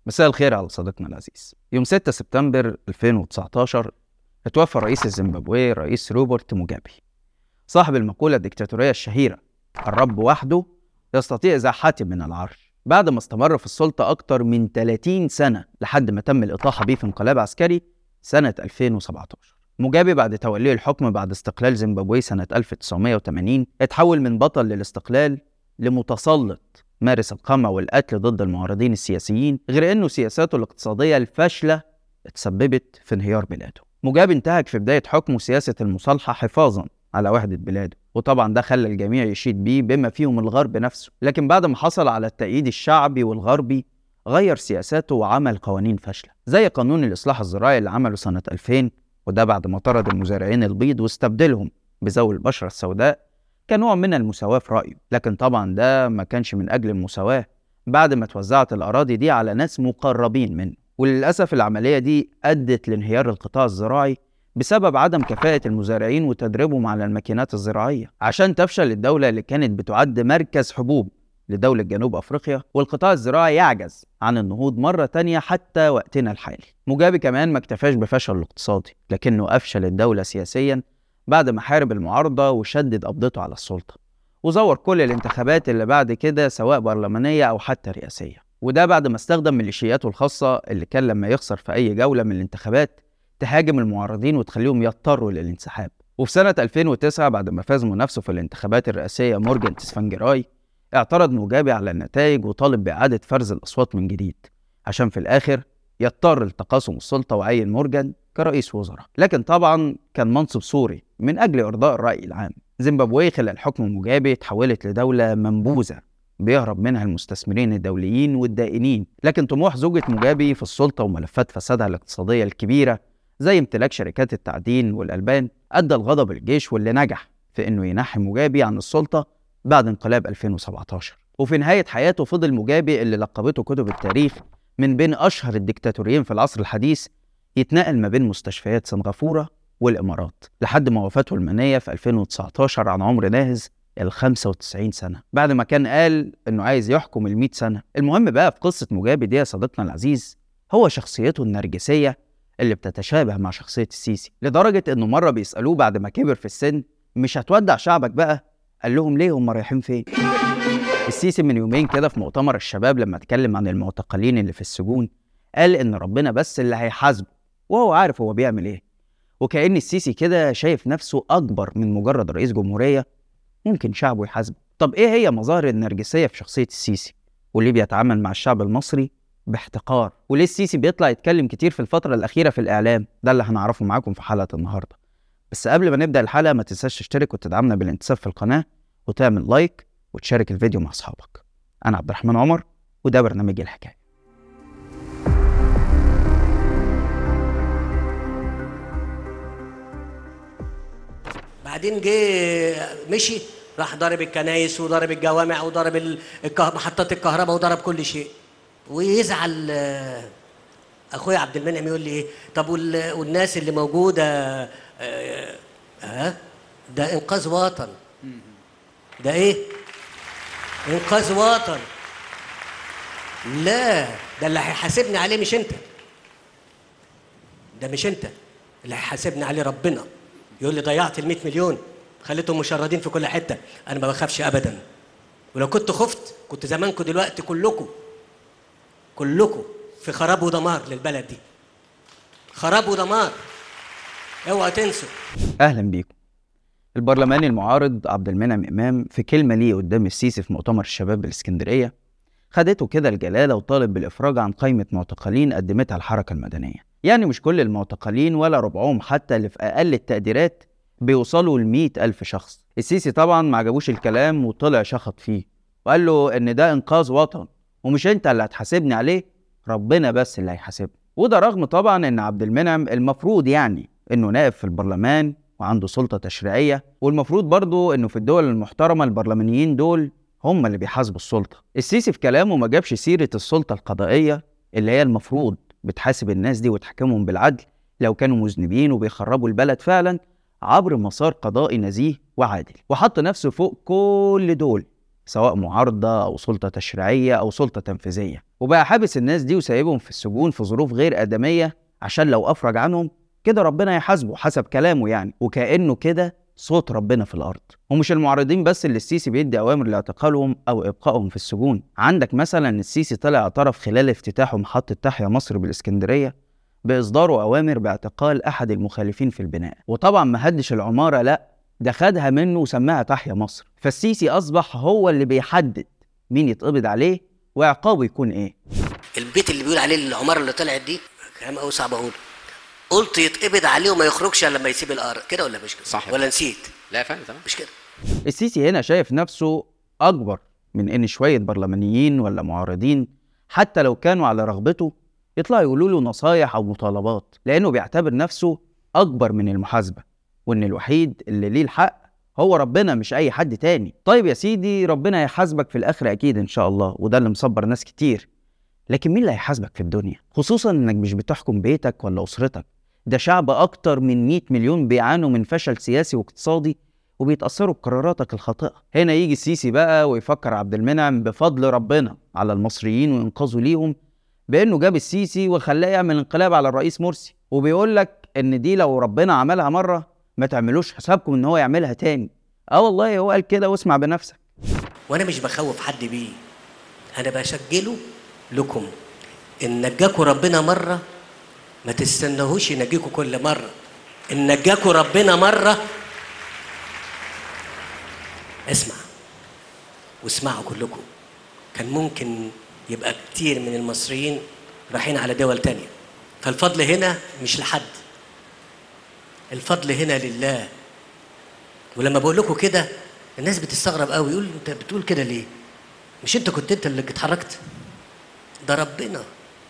مساء الخير على صديقنا العزيز. يوم 6 سبتمبر 2019 اتوفى رئيس الزيمبابوي رئيس روبرت موجابي، صاحب المقولة الديكتاتورية الشهيرة الرب وحده يستطيع إزاحته من العرش، بعد ما استمر في السلطة أكتر من 30 سنة لحد ما تم الإطاحة بيه في انقلاب عسكري سنة 2017. موجابي بعد توليه الحكم بعد استقلال زيمبابوي سنة 1980 اتحول من بطل للاستقلال لمتسلط مارس القمع والقتل ضد المعارضين السياسيين، غير أنه سياساته الاقتصادية الفاشلة اتسببت في انهيار بلاده. موجابي انتهك في بداية حكمه سياسة المصالحة حفاظاً على وحدة بلاده، وطبعاً ده خلى الجميع يشيد بيه بما فيهم الغرب نفسه. لكن بعد ما حصل على التأييد الشعبي والغربي غير سياساته وعمل قوانين فاشلة زي قانون الإصلاح الزراعي اللي عمله سنة 2000، وده بعد ما طرد المزارعين البيض واستبدلهم بذوي البشرة السوداء كنوع من المساواة في رأيه. لكن طبعا ده ما كانش من أجل المساواة، بعد ما توزعت الأراضي دي على ناس مقربين منه، وللأسف العملية دي أدت لانهيار القطاع الزراعي بسبب عدم كفاءة المزارعين وتدريبهم على الماكينات الزراعية. عشان تفشل الدولة اللي كانت بتعد مركز حبوب لدولة جنوب أفريقيا، والقطاع الزراعي يعجز عن النهوض مرة تانية حتى وقتنا الحالي. موجابي كمان ما اكتفاش بفشل الاقتصادي، لكنه أفشل الدولة سياسيا بعد ما حارب المعارضة وشدد قبضته على السلطة، وزور كل الانتخابات اللي بعد كده سواء برلمانية أو حتى رئاسية، وده بعد ما استخدم ميليشياته الخاصة اللي كان لما يخسر في أي جولة من الانتخابات تهاجم المعارضين وتخليهم يضطروا للانسحاب. وفي سنة 2009 بعد ما فاز منافسه في الانتخابات الرئاسية مورجان تسفانجراي، اعترض موجابي على النتائج وطالب بإعادة فرز الأصوات من جديد، عشان في الآخر يضطر لتقاسم السلطة وعين مورجان كرئيس وزراء. لكن طبعا كان منصب صوري من أجل إرضاء الرأي العام. زيمبابوي خلال حكم موجابي تحولت لدولة منبوذة بيهرب منها المستثمرين الدوليين والدائنين. لكن طموح زوجة موجابي في السلطة وملفات فسادها الاقتصادية الكبيرة زي امتلاك شركات التعدين والألبان أدى لغضب الجيش، واللي نجح في أنه ينحي موجابي عن السلطة بعد انقلاب 2017. وفي نهاية حياته فضل موجابي اللي لقبته كتب التاريخ من بين أشهر الديكتاتوريين في العصر الحديث يتنقل ما بين مستشفيات سنغافورة والإمارات لحد ما وفاته المنية في 2019 عن عمر ناهز 95 سنة، بعد ما كان قال إنه عايز يحكم 100 سنة. المهم بقى في قصة موجابي دي يا صديقنا العزيز هو شخصيته النرجسية اللي بتتشابه مع شخصية السيسي، لدرجة إنه مرة بيسألوه بعد ما كبر في السن مش هتودع شعبك بقى؟ قال لهم ليه، هم رايحين فين؟ السيسي من يومين كده في مؤتمر الشباب لما اتكلم عن المعتقلين اللي في السجون قال إن ربنا بس اللي هيحاسبه وهو عارف هو بيعمل إيه، وكأن السيسي كده شايف نفسه أكبر من مجرد رئيس جمهورية ممكن شعبه يحاسبه. طب إيه هي مظاهر النرجسية في شخصية السيسي؟ وليه بيتعامل مع الشعب المصري باحتقار؟ وليه السيسي بيطلع يتكلم كتير في الفترة الأخيرة في الإعلام؟ ده اللي هنعرفه معاكم في حلقة النهاردة. بس قبل ما نبدأ الحلقة ما تنساش تشترك وتدعمنا بالانتساب في القناة وتعمل لايك وتشارك الفيديو مع أصحابك. أنا عبد الرحمن عمر وده برنامج الحكاية. بعدين جه مشي راح ضارب الكنايس وضارب الجوامع وضارب محطات الكهرباء وضرب كل شيء. ويزعل اخويا عبد المنعم يقول لي ايه، طب والناس اللي موجوده ده انقاذ وطن. ده ايه؟ انقاذ وطن. لا، ده اللي هيحاسبني عليه مش انت، ده مش انت اللي هيحاسبني عليه، ربنا. يقول لي ضيعت ال100 مليون خليتهم مشردين في كل حته. انا ما بخافش ابدا، ولو كنت خفت كنت زمانكم دلوقتي كلكم في خراب ودمار للبلد دي، خراب ودمار، اوعى تنسوا. أهلا بيكم. البرلماني المعارض عبد المنعم إمام في كلمة ليه قدام السيسي في مؤتمر الشباب بالإسكندرية خدته كده الجلالة وطالب بالإفراج عن قائمة معتقلين قدمتها الحركة المدنية. يعني مش كل المعتقلين ولا ربعهم حتى اللي في أقل التقديرات بيوصلوا ل100,000 شخص. السيسي طبعا ما عجبوش الكلام وطلع شخط فيه وقال له إن ده إنقاذ وطن ومش أنت اللي هتحاسبني عليه، ربنا بس اللي هيحاسبني. وده رغم طبعا إن عبد المنعم المفروض يعني إنه نائب في البرلمان وعنده سلطة تشريعية، والمفروض برضو إنه في الدول المحترمة البرلمانيين دول هم اللي بيحاسبوا السلطة. السيسي في كلامه ما جابش سيرة السلطة القضائية اللي هي المفروض بتحاسب الناس دي وتحكمهم بالعدل لو كانوا مذنبين وبيخربوا البلد فعلا عبر مسار قضائي نزيه وعادل، وحط نفسه فوق كل دول سواء معارضة أو سلطة تشريعية أو سلطة تنفيذية، وبقى حابس الناس دي وسايبهم في السجون في ظروف غير آدمية عشان لو أفرج عنهم كده ربنا يحاسبه حسب كلامه يعني، وكأنه كده صوت ربنا في الأرض. ومش المعارضين بس اللي السيسي بيدي أوامر لاعتقالهم أو إبقائهم في السجون، عندك مثلا السيسي طلع اعترف خلال افتتاحه محطة تحيا مصر بالإسكندرية بإصداره أوامر باعتقال أحد المخالفين في البناء، وطبعا ما هدش العمارة، لأ ده خدها منه وسماها تحيا مصر. فالسيسي أصبح هو اللي بيحدد مين يتقبض عليه وعقابه يكون إيه. البيت اللي بيقول عليه العمارة اللي طلعت دي كلام قوي صعب أقوله، قلت يتقبض عليه وما يخرجش الا لما يسيب الارض، كده ولا مش كده؟ صح ولا نسيت؟ لا فعلا تمام مش كده. السيسي هنا شايف نفسه أكبر من إن شوية برلمانيين ولا معارضين حتى لو كانوا على رغبته يطلعوا يقولوا له نصايح أو مطالبات، لأنه بيعتبر نفسه أكبر من المحاسبة، وإن الوحيد اللي ليه الحق هو ربنا مش أي حد تاني. طيب يا سيدي ربنا هيحاسبك في الآخر أكيد إن شاء الله، وده اللي مصبر ناس كتير، لكن مين اللي هيحاسبك في الدنيا؟ خصوصا إنك مش بتحكم بيتك ولا أسرتك، ده شعب أكتر من 100 مليون بيعانوا من فشل سياسي واقتصادي وبيتأثروا بقراراتك الخاطئة. هنا يجي السيسي بقى ويفكر عبد المنعم بفضل ربنا على المصريين وينقذوا ليهم بأنه جاب السيسي وخلاه يعمل انقلاب على الرئيس مرسي، وبيقول لك إن دي لو ربنا عملها مرة ما تعملوش حسابكم إن هو يعملها تاني. والله هو قال كده واسمع بنفسك. وانا مش بخوف حد بيه، انا بسجله لكم ان نجاكوا ربنا مرة ما تستناهوش ينجيكوا كل مرة. ان نجاكوا ربنا مرة اسمع واسمعوا كلكم، كان ممكن يبقى كتير من المصريين رايحين على دول تانية. فالفضل هنا مش لحد، الفضل هنا لله. ولما بقول لكم كده الناس بتستغرب قوي، يقول انت بتقول كده ليه؟ مش انت كنت انت اللي اتحركت؟ ده ربنا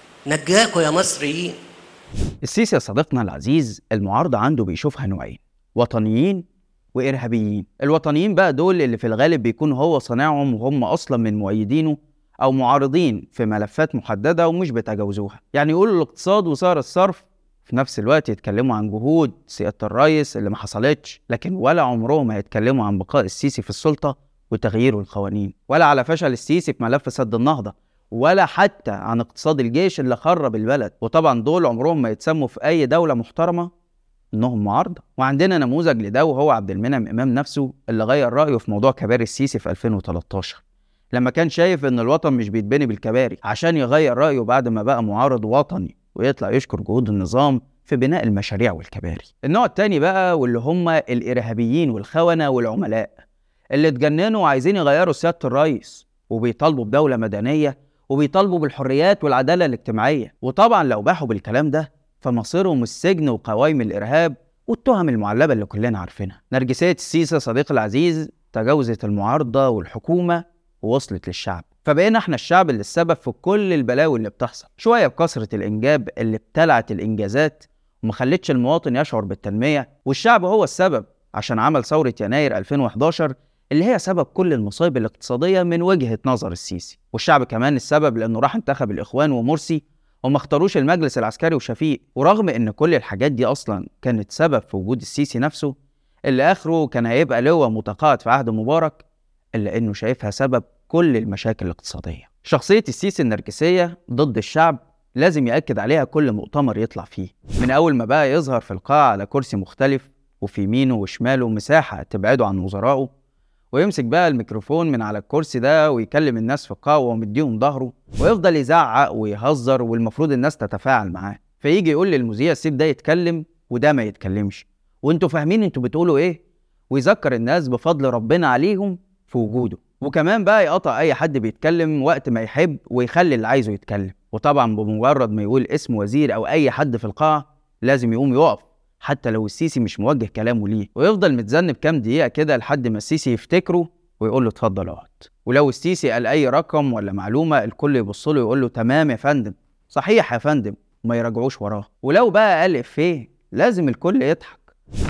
نجاكوا يا مصريين. السيسي يا صديقنا العزيز المعارضة عنده بيشوفها نوعين، وطنيين وإرهابيين. الوطنيين بقى دول اللي في الغالب بيكون هو صانعهم وهم أصلا من مؤيدينه أو معارضين في ملفات محددة ومش بيتجاوزوها، يعني يقولوا الاقتصاد وسعر الصرف في نفس الوقت يتكلموا عن جهود سيادة الرئيس اللي ما حصلتش، لكن ولا عمرهم هيتكلموا عن بقاء السيسي في السلطة وتغيير القوانين، ولا على فشل السيسي في ملف سد النهضة، ولا حتى عن اقتصاد الجيش اللي خرب البلد. وطبعا دول عمرهم ما يتسموا في أي دولة محترمة إنهم معارضة. وعندنا نموذج لده وهو عبد المنعم إمام نفسه اللي غير رأيه في موضوع كباري السيسي في 2013 لما كان شايف إن الوطن مش بيتبني بالكباري، عشان يغير رأيه بعد ما بقى معارض وطني ويطلع يشكر جهود النظام في بناء المشاريع والكباري. النوع التاني بقى واللي هم الإرهابيين والخونة والعملاء اللي اتجننوا وعايزين يغيروا سيادة الرئيس وبيطالبوا بدولة مدنية وبيطالبوا بالحريات والعدالة الاجتماعية، وطبعا لو باحوا بالكلام ده فمصيرهم السجن وقوائم الإرهاب والتهم المعلبة اللي كلنا عارفينها. نرجسية السيسي صديق العزيز تجاوزت المعارضة والحكومة ووصلت للشعب، فبقينا احنا الشعب اللي السبب في كل البلاوي اللي بتحصل، شوية بكثرة الإنجاب اللي ابتلعت الإنجازات ومخلتش المواطن يشعر بالتنمية، والشعب هو السبب عشان عمل ثورة يناير 2011 اللي هي سبب كل المصايب الاقتصادية من وجهة نظر السيسي. والشعب كمان السبب لأنه راح انتخب الإخوان ومرسي وما اختاروش المجلس العسكري وشفيق، ورغم ان كل الحاجات دي اصلا كانت سبب في وجود السيسي نفسه اللي اخره كان هيبقى لواء متقاعد في عهد مبارك، الا انه شايفها سبب كل المشاكل الاقتصادية. شخصية السيسي النرجسية ضد الشعب لازم يأكد عليها كل مؤتمر يطلع فيه، من اول ما بقى يظهر في القاعة على كرسي مختلف وفي يمينه وشماله مساحة تبعده عن وزرائه، ويمسك بقى الميكروفون من على الكرسي ده ويكلم الناس في القاعة ومديهم ظهره ويفضل يزعق ويهزر والمفروض الناس تتفاعل معاه، فيجي يقول للمذيع سيب ده يتكلم وده ما يتكلمش وانتوا فاهمين انتوا بتقولوا ايه، ويذكر الناس بفضل ربنا عليهم في وجوده، وكمان بقى يقطع اي حد بيتكلم وقت ما يحب ويخلي اللي عايزه يتكلم. وطبعا بمجرد ما يقول اسم وزير او اي حد في القاعة لازم يقوم يقف حتى لو السيسي مش موجه كلامه ليه، ويفضل متذنب كام دقيقة كده لحد ما السيسي يفتكره ويقول له اتفضل اقعد. ولو السيسي قال اي رقم ولا معلومة الكل يبص له ويقول له تمام يا فندم، صحيح يا فندم، وما يراجعوش وراه. ولو بقى قال افيه لازم الكل يضحك.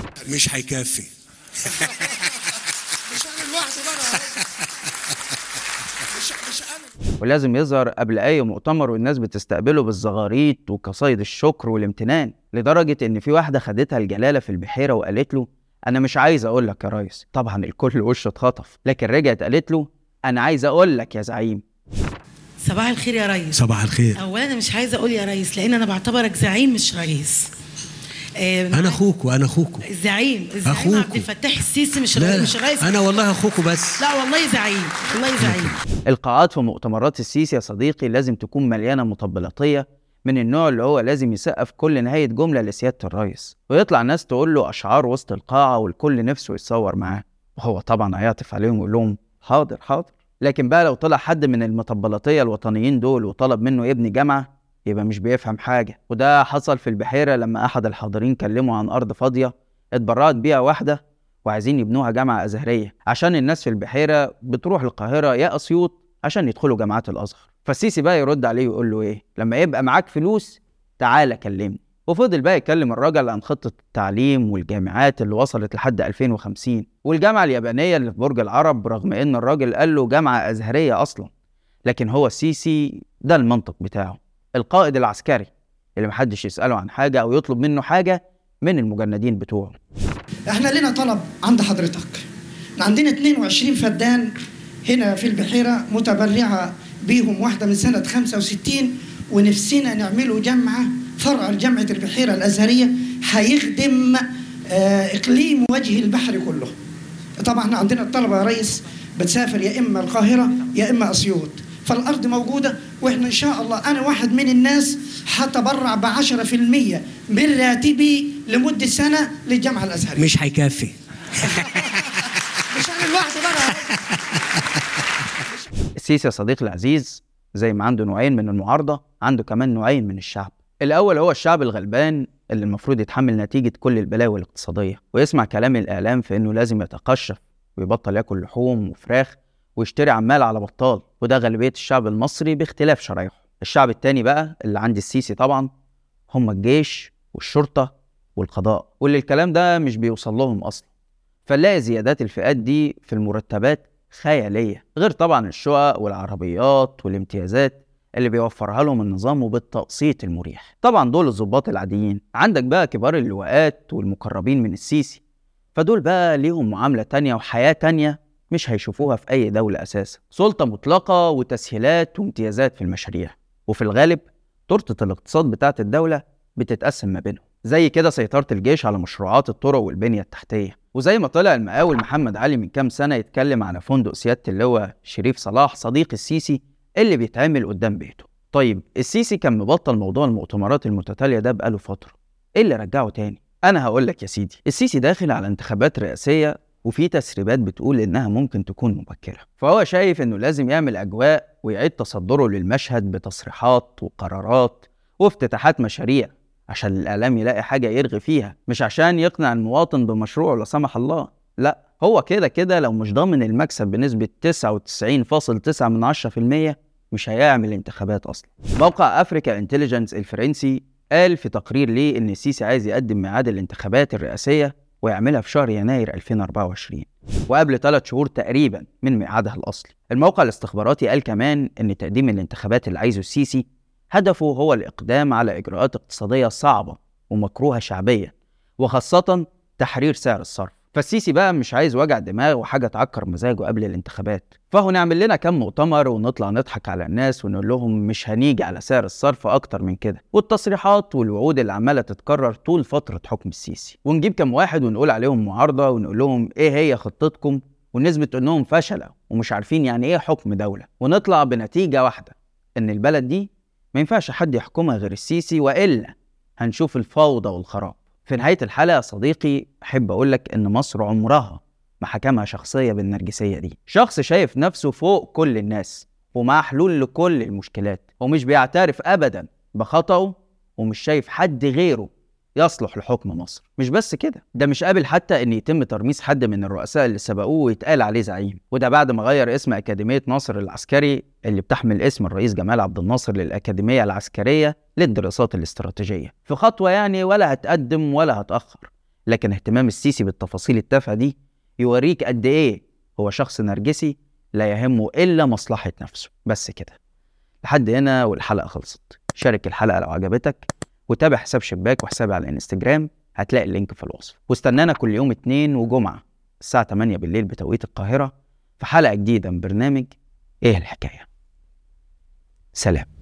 مش هيكفي. ولازم يظهر قبل اي مؤتمر والناس بتستقبله بالزغاريط وقصايد الشكر والامتنان، لدرجة ان في واحدة خدتها الجلالة في البحيرة وقالت له انا مش عايز اقول لك يا ريس. طبعا الكل وشه اتخطف، لكن رجعت قالت له أنا عايز أقول لك يا زعيم. صباح الخير يا ريس. صباح الخير. اولا انا مش عايزه اقول يا ريس لان انا بعتبرك زعيم مش ريس. انا اخوكوا الزعيم أخوكوا. عبد الفتاح السيسي مش لا مش رئيس. انا والله اخوكوا بس. لا والله زعيم، والله زعيم. القاعات في مؤتمرات السيسي يا صديقي لازم تكون مليانة مطبلاتية من النوع اللي هو لازم يسقف كل نهاية جملة لسيادة الرئيس، ويطلع ناس تقول له أشعار وسط القاعة والكل نفسه يتصور معاه، وهو طبعا هيعطف عليهم ويقول لهم حاضر حاضر. لكن بقى لو طلع حد من المطبلاتية الوطنيين دول وطلب منه يبني جامعة يبقى مش بيفهم حاجة. وده حصل في البحيرة لما أحد الحاضرين كلموا عن أرض فاضية اتبرعت بيها واحدة وعايزين يبنوها جامعة أزهرية عشان الناس في البحيرة بتروح القاهرة يا أسيوط عشان يدخلوا جامعات الأزهر. فالسيسي بقى يرد عليه ويقول له إيه؟ لما يبقى معاك فلوس تعالى كلمني. وفضل بقى يكلم الراجل عن خطة التعليم والجامعات اللي وصلت لحد 2050 والجامعة اليابانية اللي في برج العرب، رغم إن الراجل قال له جامعة أزهرية أصلا. لكن هو السيسي ده المنطق بتاعه، القائد العسكري اللي محدش يسأله عن حاجة أو يطلب منه حاجة من المجندين بتوعه. احنا لنا طلب عند حضرتك. عندنا 22 فدان هنا في البحيرة متبرعة بيهم واحدة من سنة 65 ونفسنا نعمله جامعة فرع لجامعة البحيرة الأزهرية هيخدم إقليم وجه البحر كله. طبعا احنا عندنا الطلبة يا ريس بتسافر يا إما القاهرة يا إما أسيوط، فالأرض موجودة وإحنا إن شاء الله أنا واحد من الناس هتبرع ب10% من راتبي لمدة سنة للجامعة الأزهرية. مش هيكفي. مش أنا لوحدي بقى. السيسي يا صديقي العزيز زي ما عنده نوعين من المعارضة عنده كمان نوعين من الشعب. الأول هو الشعب الغلبان اللي المفروض يتحمل نتيجة كل البلاوي الاقتصادية ويسمع كلام الإعلام في إنه لازم يتقشف ويبطل ياكل لحوم وفراخ ويشتري عمال على بطال، وده غالبية الشعب المصري باختلاف شرايحه. الشعب التاني بقى اللي عند السيسي طبعا هم الجيش والشرطة والقضاء، واللي الكلام ده مش بيوصل لهم أصلا، فنلاقي زيادات الفئات دي في المرتبات خيالية، غير طبعا الشقق والعربيات والامتيازات اللي بيوفرها لهم النظام وبالتقسيط المريح. طبعا دول الضباط العاديين. عندك بقى كبار اللواءات والمقربين من السيسي، فدول بقى ليهم معاملة تانية وحياة تانية مش هيشوفوها في أي دولة أساسا، سلطة مطلقة وتسهيلات وامتيازات في المشاريع، وفي الغالب تورتة الاقتصاد بتاعت الدولة بتتقسم ما بينهم، زي كده سيطرة الجيش على مشروعات الطرق والبنية التحتية. وزي ما طلع المقاول محمد علي من كام سنة يتكلم على فندق سيادة اللواء شريف صلاح صديق السيسي اللي بيتعمل قدام بيته. طيب السيسي كان مبطل موضوع المؤتمرات المتتالية ده بقاله فترة، ايه اللي رجعه تاني؟ أنا هقول لك يا سيدي، السيسي داخل على انتخابات رئاسية وفي تسريبات بتقول إنها ممكن تكون مبكرة، فهو شايف إنه لازم يعمل أجواء ويعيد تصدره للمشهد بتصريحات وقرارات وافتتاحات مشاريع عشان الإعلام يلاقي حاجة يرغي فيها، مش عشان يقنع المواطن بمشروع لا سمح الله. لا، هو كده لو مش ضامن المكسب بنسبة 99.9% مش هيعمل انتخابات أصلا. موقع أفريكا انتليجنس الفرنسي قال في تقرير ليه إن السيسي عايز يقدم ميعاد الانتخابات الرئاسية ويعملها في شهر يناير 2024 وقبل 3 شهور تقريبا من ميعادها الأصلي. الموقع الاستخباراتي قال كمان إن تقديم الانتخابات اللي عايزه السيسي هدفه هو الإقدام على إجراءات اقتصادية صعبة ومكروهة شعبيا، وخاصة تحرير سعر الصرف. فالسيسي بقى مش عايز وجع دماغ وحاجة تعكر مزاجه قبل الانتخابات، فهو نعمل لنا كم مؤتمر ونطلع نضحك على الناس ونقول لهم مش هنيجي على سعر الصرف أكتر من كده، والتصريحات والوعود اللي عمالة تتكرر طول فترة حكم السيسي، ونجيب كم واحد ونقول عليهم معارضة ونقول لهم إيه هي خطتكم ونثبت إنهم فشلوا ومش عارفين يعني إيه حكم دولة، ونطلع بنتيجة واحدة إن البلد دي ما ينفعش حد يحكمها غير السيسي وإلا هنشوف الفوضى والخراب. في نهاية الحلقة يا صديقي أحب أقولك إن مصر عمرها ما حكمها شخصية بالنرجسية دي، شخص شايف نفسه فوق كل الناس ومعاه حلول لكل المشكلات ومش بيعترف أبدا بخطأه ومش شايف حد غيره يصلح لحكم مصر. مش بس كده، ده مش قابل حتى إن يتم ترميز حد من الرؤساء اللي سبقوه ويتقال عليه زعيم، وده بعد ما غير اسم أكاديمية ناصر العسكري اللي بتحمل اسم الرئيس جمال عبد الناصر للأكاديمية العسكرية للدراسات الاستراتيجية، في خطوة يعني ولا هتقدم ولا هتأخر. لكن اهتمام السيسي بالتفاصيل التافهة دي يوريك قد إيه هو شخص نرجسي لا يهمه إلا مصلحة نفسه. بس كده، لحد هنا والحلقة خلصت. شارك الحلقة لو عجبتك وتابع حساب شباك وحسابي على الانستجرام، هتلاقي اللينك في الوصف. واستنانا كل يوم 2 وجمعة الساعة 8 بالليل بتوقيت القاهرة في حلقة جديدة من برنامج ايه الحكاية. سلام.